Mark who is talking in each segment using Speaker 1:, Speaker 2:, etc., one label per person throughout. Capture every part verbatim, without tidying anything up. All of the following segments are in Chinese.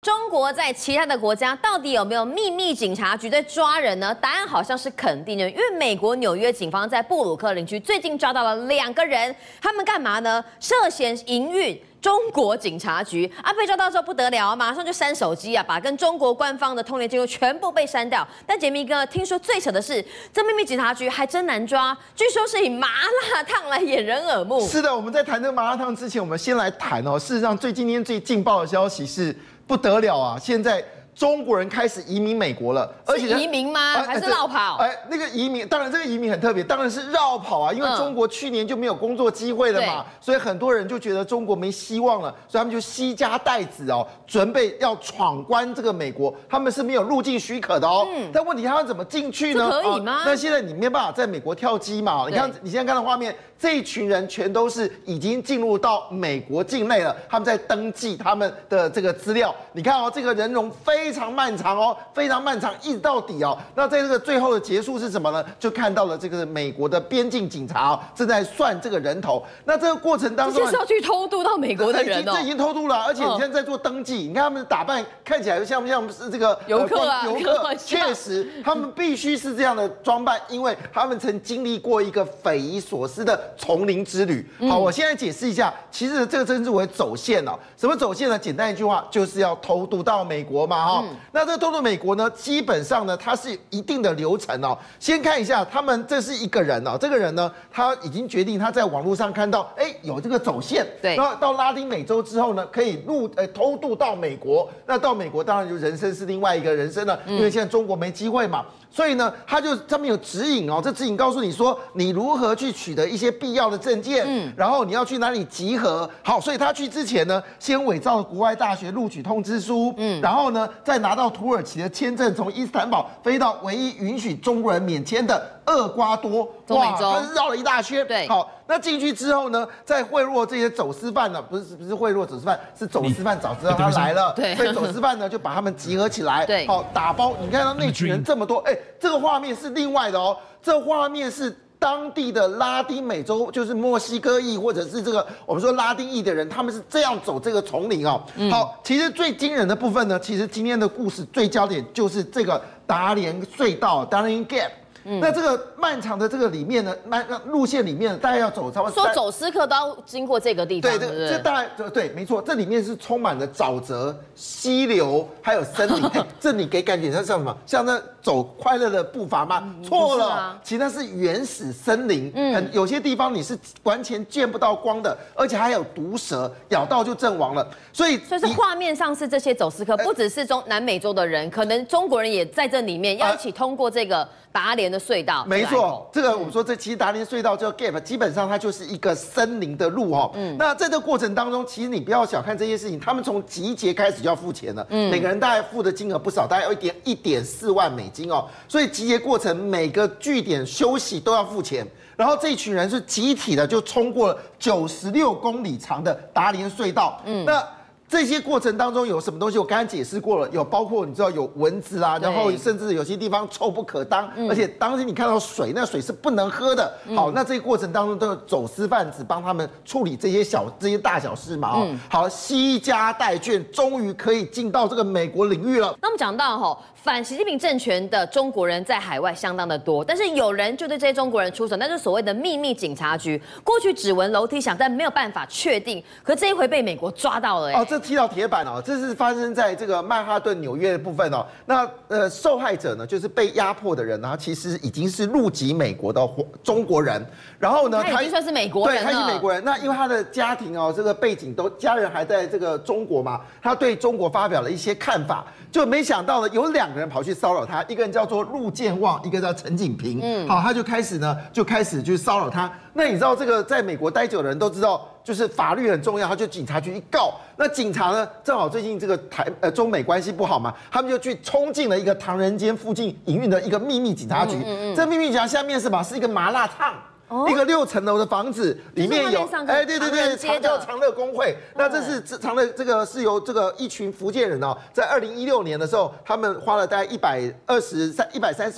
Speaker 1: 中国在其他的国家到底有没有秘密警察局在抓人呢？答案好像是肯定的，因为美国纽约警方在布鲁克林区最近抓到了两个人，他们干嘛呢？涉嫌营运中国警察局啊，被抓到之后不得了啊，马上就删手机啊，把跟中国官方的通联记录全部被删掉。但杰明哥，听说最扯的是，这秘密警察局还真难抓，据说是以麻辣烫来掩人耳目。
Speaker 2: 是的，我们在谈这个麻辣烫之前，我们先来谈哦。事实上，最今天最劲爆的消息是不得了啊！现在中国人开始移民美国了，而且
Speaker 1: 移民吗？还是绕跑？
Speaker 2: 哎，那个移民，当然这个移民很特别，当然是绕跑啊，因为中国去年就没有工作机会了嘛，所以很多人就觉得中国没希望了，所以他们就惜家带子哦，准备要闯关这个美国，他们是没有入境许可的哦。嗯，但问题他们怎么进去呢？
Speaker 1: 可以吗？
Speaker 2: 那现在你没办法在美国跳机嘛？你看你现在看到画面。这一群人全都是已经进入到美国境内了，他们在登记他们的这个资料。你看哦，这个人龙非常漫长哦，非常漫长，一直到底哦。那在这个最后的结束是什么呢？就看到了这个美国的边境警察哦，正在算这个人头。那这个过程当中，
Speaker 1: 这是要去偷渡到美国的人哦，
Speaker 2: 这已经偷渡了，而且你现在在做登记，你看他们的打扮看起来像不像是这个
Speaker 1: 游客啊？
Speaker 2: 游客，确实，他们必须是这样的装扮，因为他们曾经历过一个匪夷所思的丛林之旅。好，我现在解释一下，其实这个称之为走线哦。什么走线呢？简单一句话，就是要偷渡到美国嘛，哈、嗯。那这个偷渡美国呢，基本上呢，它是一定的流程哦。先看一下，他们这是一个人哦，这个人呢，他已经决定他在网络上看到，哎，有这个走线，
Speaker 1: 对。
Speaker 2: 那到拉丁美洲之后呢，可以入呃偷渡到美国。那到美国当然就人生是另外一个人生了，因为现在中国没机会嘛。所以呢，他就上面有指引哦，这指引告诉你说你如何去取得一些必要的证件，嗯，然后你要去哪里集合。好，所以他去之前呢，先伪造了国外大学录取通知书，嗯，然后呢，再拿到土耳其的签证，从伊斯坦堡飞到唯一允许中国人免签的厄瓜多，
Speaker 1: 中美洲，
Speaker 2: 他绕了一大圈。
Speaker 1: 对，
Speaker 2: 好，那进去之后呢，再贿赂这些走私犯呢，不是不是贿赂走私犯，是走私犯早知道他来了，
Speaker 1: 对，
Speaker 2: 所以走私犯呢就把他们集合起来，
Speaker 1: 对，
Speaker 2: 好打包。你看到那群人这么多，哎。这个画面是另外的哦，这画面是当地的拉丁美洲，就是墨西哥裔或者是这个我们说拉丁裔的人，他们是这样走这个丛林哦。嗯、好，其实最惊人的部分呢，其实今天的故事最焦点就是这个达连隧道 （Darien Gap）。嗯、那这个漫长的这个里面呢，漫路线里面大概要走差不多。
Speaker 1: 说走私客都要经过这个地方，
Speaker 2: 对，这这大概对，没错，这里面是充满了沼泽、溪流，还有森林。哎，这你给感觉像像什么？像那走快乐的步伐吗？错了，啊、其实那是原始森林。嗯，很有些地方你是完全见不到光的，而且还有毒蛇，咬到就阵亡了。所以，
Speaker 1: 所以是画面上是这些走私客，不只是中南美洲的人，可能中国人也在这里面，要一起通过这个达连的隧道。
Speaker 2: 没错，这个我们说这其实达连隧道叫 Gap， 基本上它就是一个森林的路哦。嗯，那在这个过程当中，其实你不要小看这些事情，他们从集结开始就要付钱了。嗯，每个人大概付的金额不少，大概有一点一点四万美金哦。所以集结过程每个据点休息都要付钱。然后这一群人是集体的就冲过了九十六公里长的达连隧道。嗯，那。这些过程当中有什么东西？我刚才解释过了，有包括你知道有蚊子啊，然后甚至有些地方臭不可当，嗯、而且当时你看到水，那水是不能喝的。嗯、好，那这个过程当中都有走私贩子帮他们处理这些小这些大小事嘛。哦，嗯、好，惜家带眷，终于可以进到这个美国领域了。
Speaker 1: 那我们讲到哈，反习近平政权的中国人在海外相当的多，但是有人就对这些中国人出手，那就是所谓的秘密警察局。过去指纹楼梯响，但没有办法确定，可这一回被美国抓到了。哎，
Speaker 2: 哦，这踢到铁板哦，这是发生在这个曼哈顿纽约的部分哦。那呃，受害者呢，就是被压迫的人呢，其实已经是入籍美国的中国人。然后呢，
Speaker 1: 他已经算是美国人了，
Speaker 2: 对，他是美国人。那因为他的家庭哦，这个背景都家人还在这个中国嘛，他对中国发表了一些看法。就没想到呢，有两个人跑去骚扰他，一个人叫做陆建旺，一个叫陈景平。嗯，好，他就开始呢，就开始去骚扰他。那你知道这个在美国待久的人都知道，就是法律很重要，他就警察局一告，那警察呢，正好最近这个台呃中美关系不好嘛，他们就去冲进了一个唐人街附近营运的一个秘密警察局。嗯嗯嗯，这秘密警察下面是吧，是一个麻辣烫。哦、一个六层楼的房子，里面有哎，对对对，长叫长乐工会。那这是长乐这个是由这个一群福建人哦，在二零一六年的时候，他们花了大概一百二十三一百三十万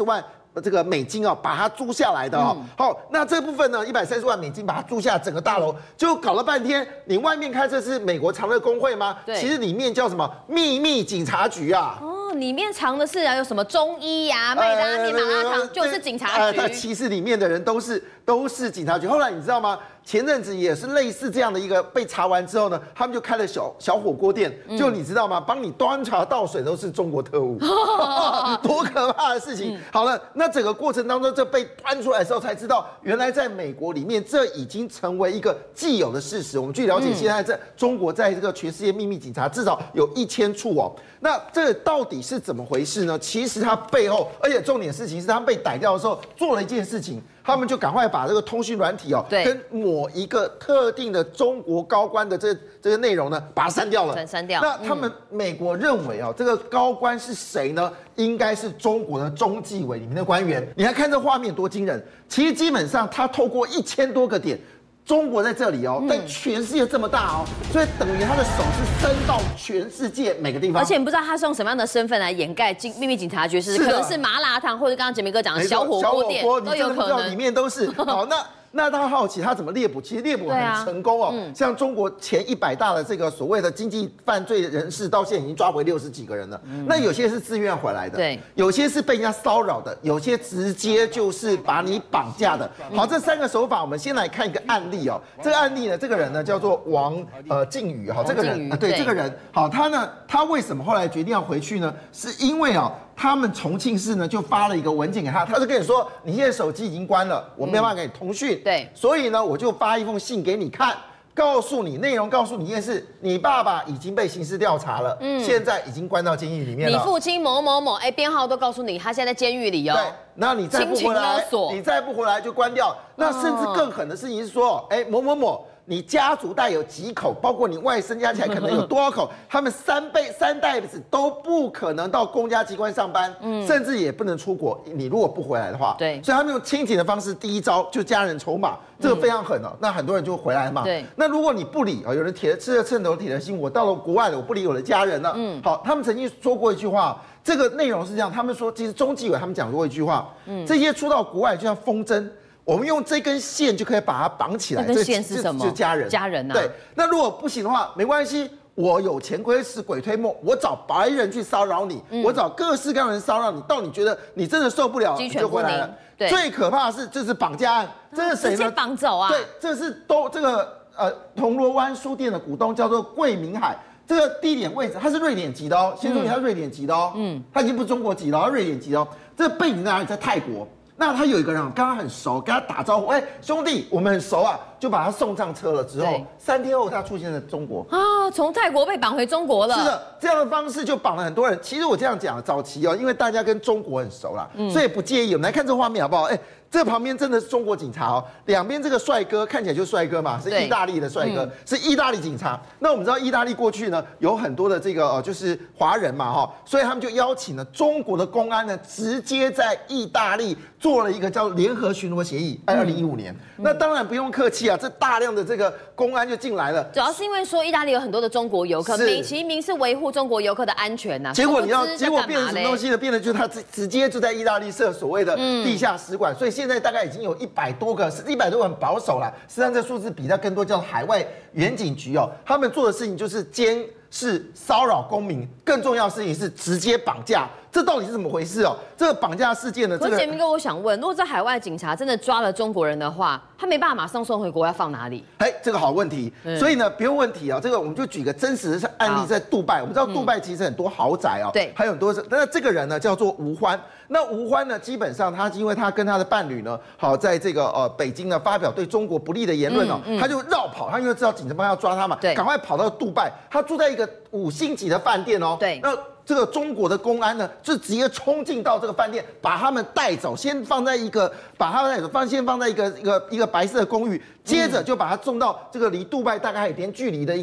Speaker 2: 这个美金哦，把它租下来的哦。好、嗯，那这部分呢，一百三十万美金把它租下整个大楼，就搞了半天。你外面看这是美国藏的工会吗？其实里面叫什么秘密警察局啊。
Speaker 1: 哦，里面藏的是啊，有什么中医呀、啊、卖拉面、麻辣烫，就是警察局。
Speaker 2: 呃，其实里面的人都是都是警察局。后来你知道吗？前阵子也是类似这样的一个被查完之后呢，他们就开了小小火锅店，就你知道吗？帮你端茶倒水都是中国特务，多可怕的事情！嗯、好了，那整个过程当中，这被端出来的时候才知道，原来在美国里面，这已经成为一个既有的事实。我们据了解，现在在中国，在这个全世界秘密警察至少有一千处哦。那这到底是怎么回事呢？其实它背后，而且重点事情是，他们被逮掉的时候做了一件事情。他们就赶快把这个通讯软体哦，跟某一个特定的中国高官的这这个内容呢，把它删掉了。
Speaker 1: 删掉。
Speaker 2: 那他们美国认为哦，这个高官是谁呢？应该是中国的中纪委里面的官员。你来看这画面多惊人！其实基本上他透过一千多个点。中国在这里哦，但全世界这么大哦，所以等于他的手是伸到全世界每个地方。
Speaker 1: 而且你不知道他是用什么样的身份来掩盖警秘密警察局，是可能是麻辣烫，或者刚刚杰明哥讲的小火锅店，都有可能。
Speaker 2: 里面都是好那。那他好奇他怎么猎捕？其实猎捕很成功哦。嗯、像中国前一百大的这个所谓的经济犯罪人士，到现在已经抓回六十几个人了。嗯、那有些是自愿回来的，
Speaker 1: 对，
Speaker 2: 有些是被人家骚扰的，有些直接就是把你绑架的。好，这三个手法，我们先来看一个案例哦。这个案例呢，这个人呢叫做王呃靖宇哈，这个人啊，对，这个人好，他呢，他为什么后来决定要回去呢？是因为啊。他们重庆市呢就发了一个文件给他，他就跟你说，你现在手机已经关了，我没办法给你通讯，
Speaker 1: 嗯、对，
Speaker 2: 所以呢我就发一封信给你看，告诉你内容，告诉你一件事，你爸爸已经被刑事调查了，嗯，现在已经关到监狱里面了。
Speaker 1: 你父亲某某某，哎，编号都告诉你，他现在在监狱里哦。
Speaker 2: 对，那你再不回来，你再不回来就关掉。那甚至更狠的事情是说，哎，某某某。你家族带有几口，包括你外甥加起来可能有多少口，他们三辈三代子都不可能到公家机关上班，嗯，甚至也不能出国。你如果不回来的话，
Speaker 1: 对，
Speaker 2: 所以他们用清廷的方式，第一招就家人筹码，这个非常狠哦。嗯、那很多人就回来嘛，
Speaker 1: 对。
Speaker 2: 那如果你不理啊，有人铁吃了秤砣铁了心，我到了国外了，我不理我的家人了，嗯，好，他们曾经说过一句话，这个内容是这样，他们说其实中纪委他们讲过一句话，嗯，这些出到国外就像风筝。我们用这根线就可以把它绑起来。
Speaker 1: 这根线是什么？
Speaker 2: 就家人。
Speaker 1: 家人啊。
Speaker 2: 对，那如果不行的话，没关系，我有钱窥视鬼推磨，我找白人去骚扰你，嗯、我找各式各样的人骚扰你，到你觉得你真的受不了，你就回来了。
Speaker 1: 对。
Speaker 2: 最可怕的是，这是绑架案，这是谁呢？
Speaker 1: 直接绑走啊！
Speaker 2: 对，这是都这个呃铜锣湾书店的股东叫做桂明海。这个地点位置，它是瑞典籍的哦，先注意，它是瑞典籍的哦，嗯，它已经不是中国籍了，它瑞典籍的哦。这个背景在哪里？在泰国。那他有一个人跟他很熟，跟他打招呼，哎、欸，兄弟，我们很熟啊，就把他送上车了。之后三天后，他出现在中国
Speaker 1: 啊，从泰国被绑回中国了。
Speaker 2: 是的，这样的方式就绑了很多人。其实我这样讲，早期哦，因为大家跟中国很熟啦，嗯、所以不介意。我们来看这画面好不好？哎、欸。这旁边真的是中国警察哦，两边这个帅哥看起来就是帅哥嘛，是意大利的帅哥，嗯、是意大利警察。那我们知道意大利过去呢有很多的这个呃就是华人嘛哈，所以他们就邀请了中国的公安呢，直接在意大利做了一个叫联合巡逻协议，在二零一五年。嗯、那当然不用客气啊，这大量的这个公安就进来了。
Speaker 1: 主要是因为说意大利有很多的中国游客，美其名是维护中国游客的安全呐、啊。
Speaker 2: 结果你要结果变成什么东西呢？变成就是他直直接就在意大利设所谓的地下使馆，嗯、所以。现在大概已经有一百多个，是一百多个很保守啦。实际上这数字比较更多，叫海外远警局哦。他们做的事情就是监视、骚扰公民，更重要的事情是直接绑架。这到底是怎么回事哦？这个绑架事件呢？这个
Speaker 1: 杰明哥，我想问，如果在海外警察真的抓了中国人的话，他没办法马上送回国，要放哪里？
Speaker 2: 哎，这个好问题。嗯、所以呢，不用问题啊，这个我们就举个真实的案例，在杜拜。我们知道杜拜其实很多豪宅哦，
Speaker 1: 对，
Speaker 2: 还有很多。那这个人呢，叫做吴欢。那吴欢呢，基本上他因为他跟他的伴侣呢，好在这个呃北京呢发表对中国不利的言论哦，嗯嗯、他就绕跑，他因为知道警察帮要抓他嘛，
Speaker 1: 对，
Speaker 2: 赶快跑到杜拜。他住在一个五星级的饭店哦，
Speaker 1: 对，
Speaker 2: 那。这个中国的公安呢，就直接冲进到这个饭店，把他们带走，先放在一个，把他们带走，放先放在一个一个一个白色的公寓，接着就把他送到这个离杜拜大概有点距离的一个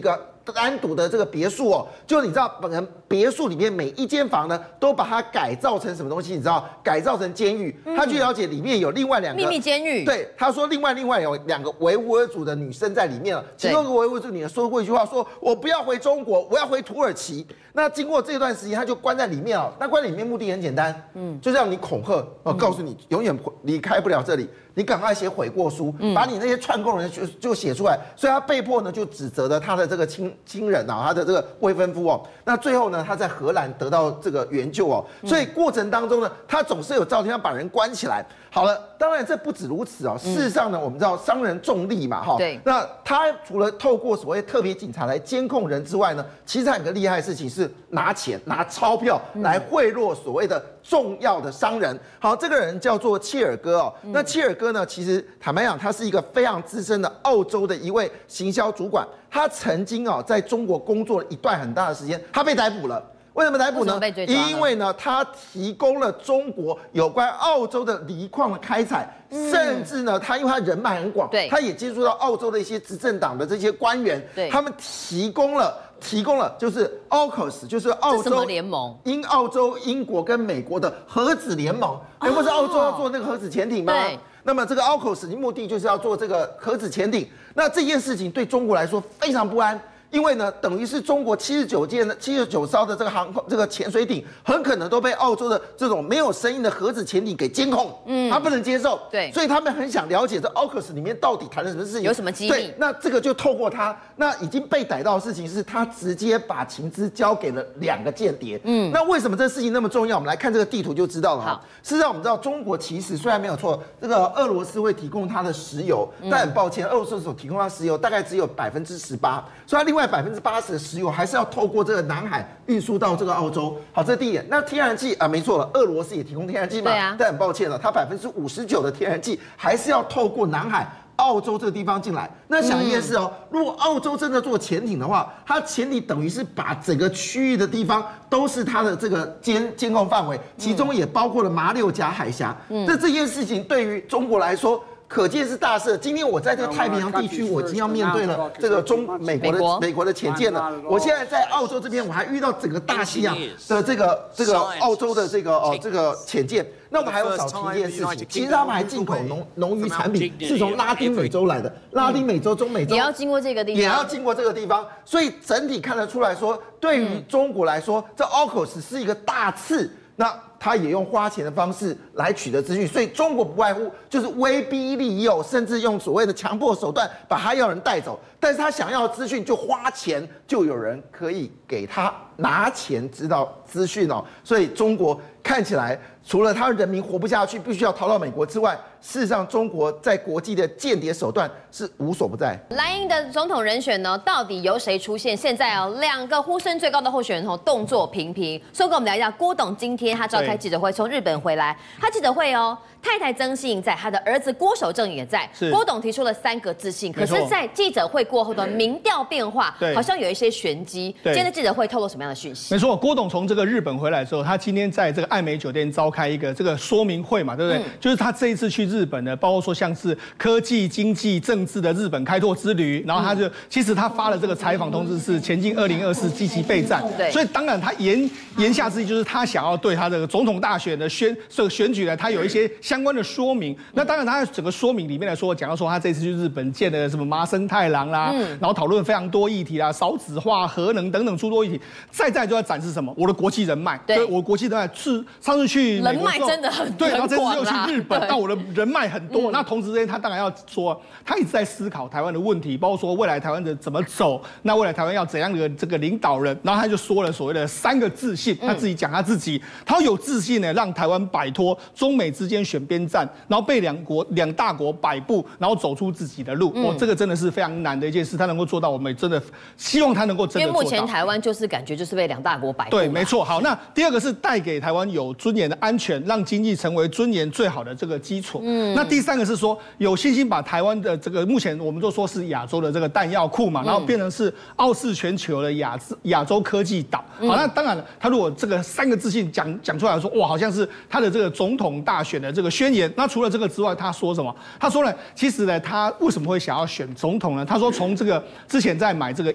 Speaker 2: 单独的这个别墅哦，就你知道，本人别墅里面每一间房呢，都把它改造成什么东西？你知道，改造成监狱。他据了解，里面有另外两个
Speaker 1: 秘密监狱。
Speaker 2: 对，他说另外另外有两个维吾尔族的女生在里面了，其中一个维吾尔族女人说过一句话，说我不要回中国，我要回土耳其。那经过这段时间，他就关在里面了。那关在里面目的很简单，嗯，就让你恐吓，哦，告诉你永远离开不了这里。你赶快写悔过书，把你那些串供人就就写出来，所以他被迫呢就指责了他的这个亲亲人啊，他的这个未婚夫哦。那最后呢，他在荷兰得到这个援救哦。所以过程当中呢，他总是有照天要把人关起来。好了，当然这不止如此哦。事实上呢，我们知道商人重利嘛，哈。
Speaker 1: 对。
Speaker 2: 那他除了透过所谓特别警察来监控人之外呢，其实还有个厉害的事情是拿钱拿钞票来贿赂所谓的重要的商人。好，这个人叫做切尔戈哦。那切尔戈呢，其实坦白讲，他是一个非常资深的澳洲的一位行销主管。他曾经哦在中国工作了一段很大的时间，他被逮捕了。为什么逮捕呢？因为呢，他提供了中国有关澳洲的锂矿的开采，嗯、甚至呢，他因为他人脉很广，他也接触到澳洲的一些执政党的这些官员，他们提供了提供了就是 A U K U S， 就是澳洲
Speaker 1: 联盟，
Speaker 2: 英澳洲、英国跟美国的核子联盟。哎、哦，不是澳洲要做那个核子潜艇吗？对。那么这个 A U K U S 的目的就是要做这个核子潜艇。那这件事情对中国来说非常不安。因为呢，等于是中国七十九件的七十九艘的这个航空这个潜水艇，很可能都被澳洲的这种没有声音的核子潜艇给监控，嗯，他不能接受，
Speaker 1: 对，
Speaker 2: 所以他们很想了解这 A U K U S 里面到底谈了什么事情，
Speaker 1: 有什么机密？
Speaker 2: 对，那这个就透过他，那已经被逮到的事情是他直接把情资交给了两个间谍，嗯，那为什么这事情那么重要？我们来看这个地图就知道了。好，事实上我们知道中国其实虽然没有错，这个俄罗斯会提供它的石油，但很抱歉，俄罗斯所提供它石油大概只有百分之十八，所以它另外百分之八十。石油还是要透过这个南海运输到这个澳洲。好，这是第一点。那天然气啊，没错了，俄罗斯也提供天然气嘛。对啊。但很抱歉了，它百分之五十九的天然气还是要透过南海澳洲这个地方进来。那想一件事哦，如果澳洲真的做潜艇的话，它潜艇等于是把整个区域的地方都是它的这个监监控范围，其中也包括了马六甲海峡。嗯。那这件事情对于中国来说，可见是大事。今天我在这个太平洋地区，我已经要面对了这个中美国的美国的潜舰了。我现在在澳洲这边，我还遇到整个大西洋的这个这个澳洲的这个哦这个潜舰。那我们还有少提一件事情，其实他们还进口农农渔产品是从拉丁美洲来的，拉丁美洲、中美洲
Speaker 1: 也要经过这个地方，
Speaker 2: 也要经过这个地方，所以整体看得出来说，对于中国来说，这 A U K U S 是一个大刺。那他也用花钱的方式来取得资讯，所以中国不外乎就是威逼利诱，甚至用所谓的强迫手段把他要人带走。但是他想要的资讯就花钱，就有人可以给他拿钱知道资讯哦。所以中国看起来除了他人民活不下去，必须要逃到美国之外，事实上中国在国际的间谍手段是无所不在。
Speaker 1: 蓝营的总统人选呢，到底由谁出现？现在哦，两个呼声最高的候选人哦，动作频频。所以跟我们聊一下，郭董今天他召开记者会，从日本回来，他记者会哦，太太曾馨莹在，他的儿子郭守正也在。郭董提出了三个自信，可是，在记者会过后的民调变化，好像有一些玄机。今天的记者会透露什么样的讯息？
Speaker 3: 没错，郭董从这个日本回来之后，他今天在这个艾美酒店召开一个这个说明会嘛，对不对？嗯、就是他这一次去日本呢，包括说像是科技、经济、政治的日本开拓之旅，然后他就、嗯、其实他发了这个采访通知，是前进二零二四积极备战。对，所以当然他言言下之意就是他想要对他这个总统大选的选这个选举呢，他有一些相关的说明。那当然他在整个说明里面来说，讲到说他这次去日本见了什么麻生太郎啦，嗯、然后讨论非常多议题啦，少子化、核能等等诸多议题。再再就要展示什么？我的国际人脉，对，我国际人脉是上次去
Speaker 1: 人脉真的很
Speaker 3: 对，然后这次又去日本，那我的人脉很多。嗯、那同时之间，他当然要说，他一直在思考台湾的问题，包括说未来台湾的怎么走，那未来台湾要怎样的这个领导人。然后他就说了所谓的三个自信，他自己讲他自己，他有自信呢，让台湾摆脱中美之间选边站，然后被两国两大国摆布，然后走出自己的路。嗯、哦，这个真的是非常难的一件事，他能够做到，我们真的希望他能够真的做到。
Speaker 1: 因为目前台湾就是感觉就是被两大国摆布。
Speaker 3: 对，没错。好，那第二个是带给台湾有尊严的安全，让经济成为尊严最好的这个基础。嗯，那第三个是说有信心把台湾的这个目前我们都说是亚洲的这个弹药库嘛，然后变成是傲视全球的亚亚洲科技岛。好，那当然了，他如果这个三个自信讲讲出来说，哇，好像是他的这个总统大选的这个宣言。那除了这个之外，他说什么？他说呢，其实呢，他为什么会想要选总统呢？他说从这个之前在买这个疫苗的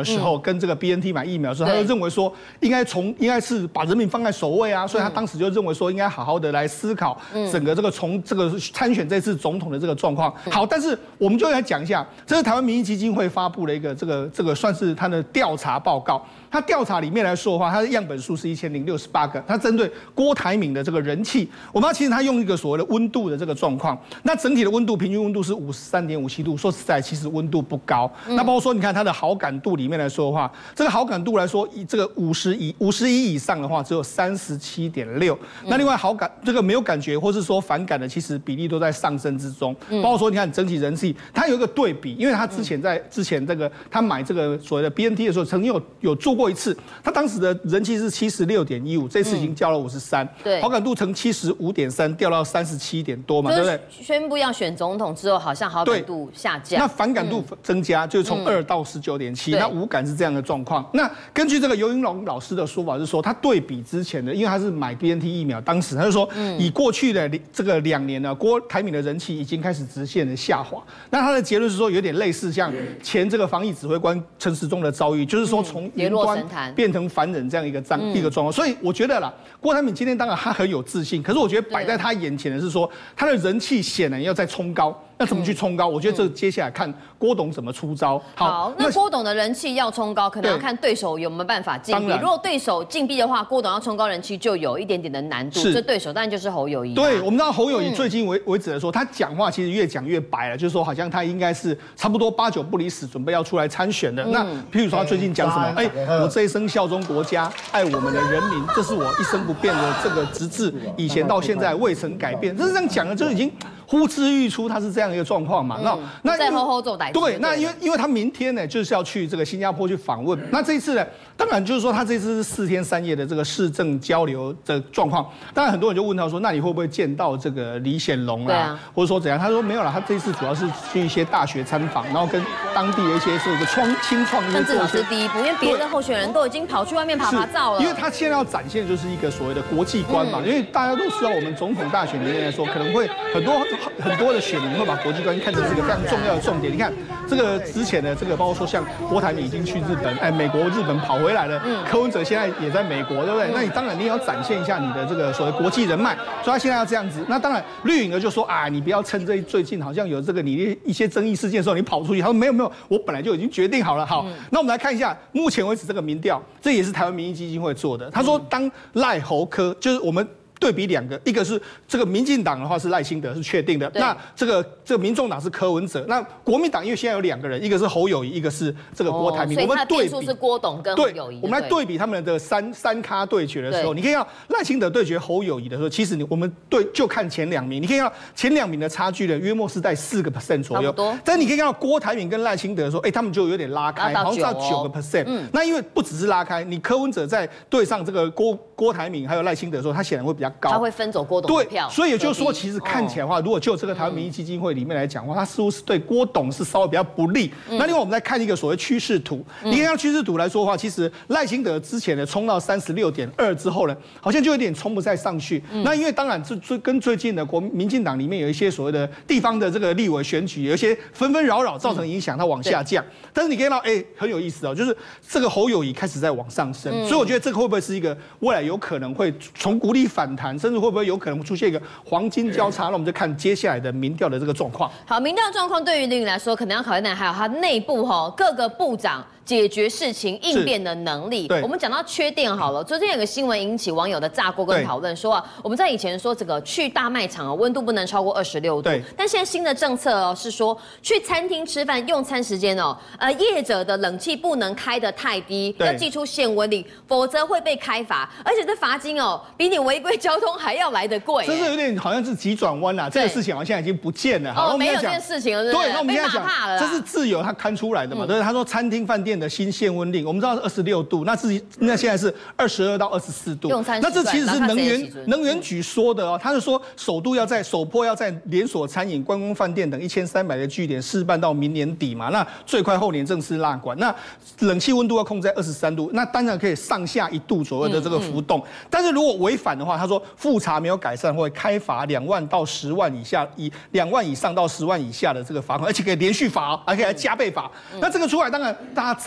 Speaker 3: 时候，跟这个 B N T 买疫苗的时候，他就认为说应该从应该是把人民放在首位啊，所以他当时就认为说应该好好的来思考整个这个从这个参选这次总统的这个状况。好，但是我们就来讲一下，这是台湾民意基金会发布的一个这个这个算是它的调查报告。它调查里面来说的话，它的样本数是一千零六十八个，它针对郭台铭的这个人气，我们其实它用一个所谓的温度的这个状况，那整体的温度平均温度是五十三点五七度，说实在其实温度不高。嗯、那包括说你看它的好感度里面来说的话，这个好感度来说，以这个五十以五十一以上的话，只有三十七点六。那另外好感这个没有感觉或是说反感的，其实比例都在上升之中。嗯、包括说你看整体人气，它有一个对比，因为它之前在之前这个他买这个所谓的 B N T 的时候，曾经有有做过一次，他当时的人气是七十六点一五，这次已经掉了五十三，对，好感度从七十五点三掉到三十七点多嘛，对不对？
Speaker 1: 宣布要选总统之后，好像好感度下降，
Speaker 3: 那反感度增加，就是从二到十九点七，那无感是这样的状况。那根据这个游云龙老师的说法是说，他对比之前的，因为他是买 B N T 疫苗，当时他就说，以过去的这个两年呢，郭台铭的人气已经开始直线的下滑。那他的结论是说，有点类似像前这个防疫指挥官陈时中的遭遇，就是说从云端变成凡人这样一个状一个状况。所以我觉得啦，郭台铭今天当然他很有自信，可是我觉得摆在他眼前的是说，他的人气显然要再冲高。那怎么去冲高？我觉得这接下来看郭董怎么出招。
Speaker 1: 好，那郭董的人气要冲高，可能要看对手有没有办法禁闭。如果对手禁闭的话，郭董要冲高人气就有一点点的难度。这对手当然就是侯友宜。
Speaker 3: 对，我们知道侯友宜最近为为止的说，他讲话其实越讲越白了，就是说好像他应该是差不多八九不离十，准备要出来参选的。那譬如说他最近讲什么？哎，我这一生效忠国家，爱我们的人民，这是我一生不变的这个职志，以前到现在未曾改变。这是这样讲的，就已经呼之欲出，他是这样一个状况嘛。那
Speaker 1: 那在吼吼做歹。
Speaker 3: 对，那因为因为他明天呢就是要去这个新加坡去访问，那这一次呢，当然就是说他这次是四天三夜的这个市政交流的状况。当然很多人就问他说，那你会不会见到这个李显龙啦，啊、或者说怎样？他说没有了，他这一次主要是去一些大学参访，然后跟当地的一些这个创新创业。
Speaker 1: 但至少是第一步，因为别的候选人都已经跑去外面爬爬照了。
Speaker 3: 因为他现在要展现的就是一个所谓的国际观嘛，嗯、因为大家都知道我们总统大选里面来说，可能会很多很多的选民会把国际观看成是一个非常重要的重点。你看这个之前的这个，包括说像郭台铭已经去日本，哎，美国、日本跑回来了，嗯、柯文哲现在也在美国，对不对？嗯、那你当然你也要展现一下你的这个所谓国际人脉，所以他现在要这样子。那当然绿营呢就说啊，你不要趁这最近好像有这个你一些争议事件的时候你跑出去。他说没有没有，我本来就已经决定好了。好，嗯、那我们来看一下目前为止这个民调，这也是台湾民意基金会做的。他说当赖侯柯就是我们。对比两个，一个是这个民进党的话是赖清德是确定的，那这个这个民众党是柯文哲，那国民党因为现在有两个人，一个是侯友宜，一个是这个郭台铭，
Speaker 1: 哦、我们对比是郭董跟侯友宜，
Speaker 3: 我们来对比他们的三三咖对决的时候，你可以看到赖清德对决侯友宜的时候，其实你我们对就看前两名，你可以看到前两名的差距呢约莫是在四个 percent 左右，但你可以看到郭台铭跟赖清德的时候，哎，他们就有点拉开，好像到九个 percent，嗯，那因为不只是拉开，你柯文哲在对上这个郭郭台铭还有赖清德的时候，他显然会比较高，
Speaker 1: 他会分走。郭董的票，
Speaker 3: 所以也就是说，其实看起来的话，如果就这个台湾民意基金会里面来讲的话，它似乎是对郭董是稍微比较不利。嗯、那另外我们再看一个所谓趋势图，嗯、你看趋势图来说的话，其实赖清德之前呢冲到三十六点二之后呢，好像就有点冲不再上去。嗯、那因为当然这最跟最近的国民进党里面有一些所谓的地方的这个立委选举，有一些纷纷扰扰造成影响，它往下降。嗯、但是你可以看到，哎，很有意思哦，就是这个侯友宜开始在往上升，嗯、所以我觉得这个会不会是一个未来有可能会从谷底反弹，甚至会不会有可能出现一个黄金交叉？那我们就看接下来的民调的这个状况。
Speaker 1: 好，民调状况对于林宇来说，可能要考虑的还有他内部哈各个部长解决事情应变的能力。我们讲到缺电好了，昨天有个新闻引起网友的炸锅跟讨论，说啊，我们在以前说这个去大卖场啊，温度不能超过二十六度，但现在新的政策哦是说，去餐厅吃饭用餐时间哦，呃，业者的冷气不能开得太低，要寄出限温令，否则会被开罚，而且这罚金哦，比你违规交通还要来得贵。
Speaker 3: 这是有点好像是急转弯啦，这个事情好像现在已经不见了。
Speaker 1: 哦，没有这件事情了，对不对？
Speaker 3: 对，那我们现在讲，这是自由他刊出来的嘛，对不对？他说餐厅饭店的新限温令，我们知道是二十六度，那自己那现在是二十二到二十四度，那这其实是能源能源局说的哦，他是说首度要在首波要在连锁餐饮、观光饭店等一千三百个据点试办到明年底嘛，那最快后年正式拉管，那冷气温度要控制在二十三度，那当然可以上下一度左右的这个浮动，嗯嗯、但是如果违反的话，他说复查没有改善会开罚两万到十万以下，以两万以上到十万以下的这个罚款，而且可以连续罚，还可以来加倍罚。嗯、那这个出来，当然大家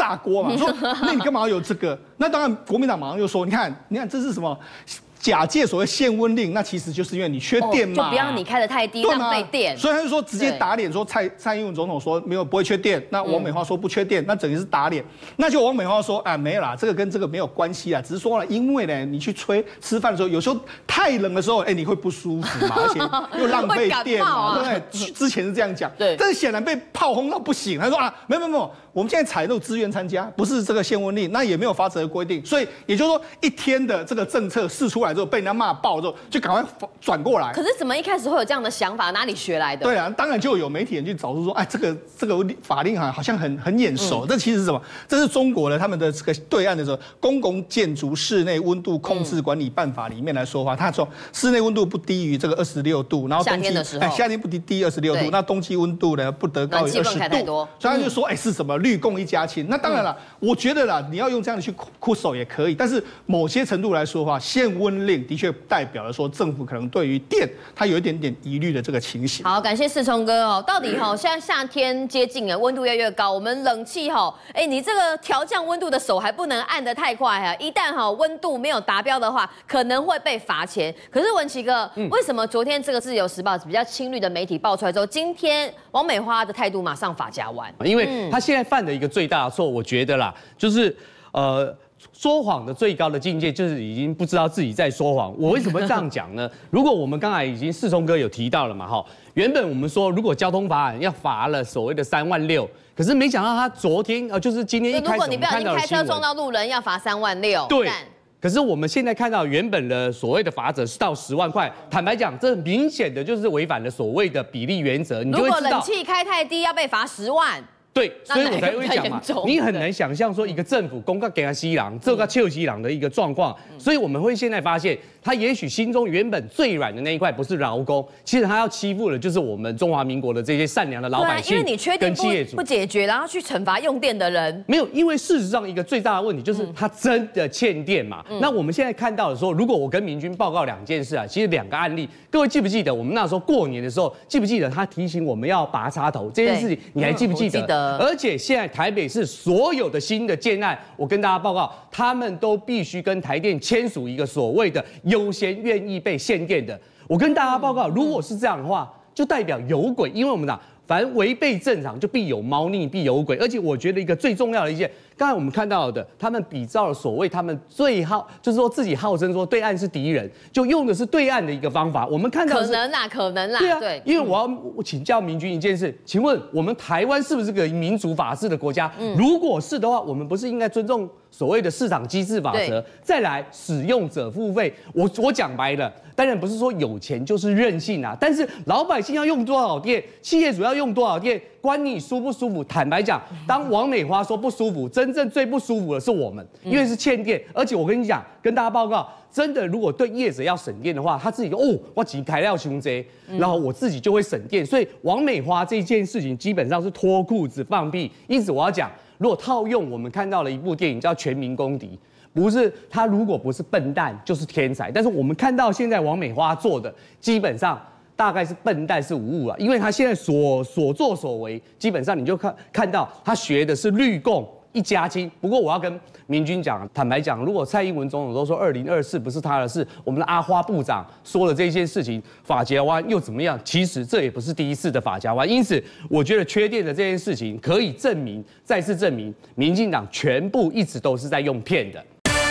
Speaker 3: 炸锅嘛，说那你干嘛要有这个？那当然，国民党马上就说，你看，你看这是什么？假借所谓限温令，那其实就是因为你缺电嘛，
Speaker 1: 哦、就不要你开得太低，浪费电。
Speaker 3: 所以他就说直接打脸，说蔡蔡英文总统说没有不会缺电，那王美花说不缺电，那整个是打脸。那就王美花说，哎，没有啦，这个跟这个没有关系啦，只是说了，因为呢，你去吹吃饭的时候，有时候太冷的时候，哎，你会不舒服嘛，而且又浪费电嘛，啊、对不对？之前是这样讲，
Speaker 1: 对，
Speaker 3: 但是显然被炮轰到不行。他说啊，没有没有没有，我们现在采购自愿参加，不是这个限温令，那也没有法则的规定，所以也就是说，一天的这个政策释出来之后，被人家骂爆。就赶快转过来。
Speaker 1: 可是怎么一开始会有这样的想法？哪里学来的？
Speaker 3: 对啊，当然就有媒体人去找出说，哎，这个这个法令好像很很眼熟。嗯、这其实是什么？这是中国的他们的这个对岸的时候，公共建筑室内温度控制管理办法里面来说话，他说室内温度不低于这个二十六度，然后冬季
Speaker 1: 夏天的时候，哎，
Speaker 3: 夏天不低低二十六度，那冬季温度呢不得高于二十度。所以他就说，哎，是什么绿共一家亲？那当然了，嗯、我觉得啦，你要用这样的去哭手也可以，但是某些程度来说的话，限温令的确代表了说政府可能对于电它有一点点疑虑的这个情形。
Speaker 1: 好，感谢世聪哥哦。到底哈，现在夏天接近了，温度越来越高，我们冷气哈，哎，你这个调降温度的手还不能按得太快啊！一旦哈温度没有达标的话，可能会被罚钱。可是文琦哥，嗯、为什么昨天这个自由时报比较亲绿的媒体爆出来之后，今天王美花的态度马上法家湾？
Speaker 4: 因为他现在犯的一个最大的错，我觉得啦，就是呃。说谎的最高的境界就是已经不知道自己在说谎。我为什么会这样讲呢？如果我们刚才已经世聪哥有提到了嘛，哈，原本我们说如果交通法案要罚了所谓的三万六，可是没想到他昨天呃就是今天一开始我们看到的新闻，如果你不小心开车撞到路人要罚三万六， 对。可是我们现在看到原本的所谓的罚则是到十万块，坦白讲，这明显的就是违反了所谓的比例原则。你就会知道，
Speaker 1: 如果冷气开太低要被罚十万。
Speaker 4: 对，所以我才会讲嘛，你很难想象说一个政府公告给他西郎，这个邱西郎的一个状况，所以我们会现在发现，他也许心中原本最软的那一块不是劳工，其实他要欺负的就是我们中华民国的这些善良的老百姓，
Speaker 1: 因为你缺电不不解决，然后去惩罚用电的人，
Speaker 4: 没有，因为事实上一个最大的问题就是他真的欠电嘛。嗯、那我们现在看到的说，如果我跟明君报告两件事啊，其实两个案例，各位记不记得我们那时候过年的时候，记不记得他提醒我们要拔插头这件事情，你还记不记得？
Speaker 1: 嗯、记得。
Speaker 4: 而且现在台北市所有的新的建案，我跟大家报告，他们都必须跟台电签署一个所谓的优先愿意被限电的。我跟大家报告，如果是这样的话，就代表有鬼，因为我们讲，凡违背正常就必有猫腻，必有鬼。而且我觉得一个最重要的一件，刚才我们看到的，他们比照了所谓他们最号，就是说自己号称说对岸是敌人，就用的是对岸的一个方法。我们看到
Speaker 1: 可能啦，可能啦，
Speaker 4: 对啊，对，因为我要请教明君一件事，请问我们台湾是不是个民主法治的国家？嗯、如果是的话，我们不是应该尊重所谓的市场机制法则，再来使用者付费？我我讲白了。当然不是说有钱就是任性啊，但是老百姓要用多少电，企业主要用多少电，关你舒不舒服？坦白讲，当王美花说不舒服，真正最不舒服的是我们，因为是欠电。而且我跟你讲，跟大家报告，真的如果对业者要省电的话，他自己哦，我几材料穷贼，然后我自己就会省电。所以王美花这件事情基本上是脱裤子放屁。因此我要讲，如果套用我们看到了一部电影叫《全民公敌》。不是他，如果不是笨蛋，就是天才。但是我们看到现在王美花做的，基本上大概是笨蛋是无误了，因为他现在所所作所为，基本上你就看看到他学的是绿共一家亲。不过我要跟明君讲，坦白讲，如果蔡英文总统都说二零二四不是他的事，我们的阿花部长说了这件事情，法家湾又怎么样？其实这也不是第一次的法家湾，因此我觉得缺电的这件事情可以证明，再次证明，民进党全部一直都是在用骗的。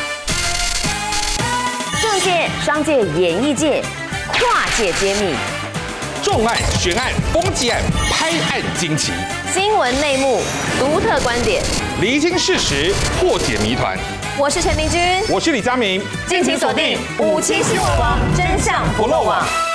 Speaker 1: 政界、商界、演艺界，跨界揭秘，
Speaker 5: 重案、悬案、攻击案、拍案惊奇，
Speaker 1: 新闻内幕、独特观点，
Speaker 5: 厘清事实，破解谜团。
Speaker 1: 我是陈明君，
Speaker 5: 我是李佳明，
Speaker 1: 敬请锁定五七新闻网，真相不漏网。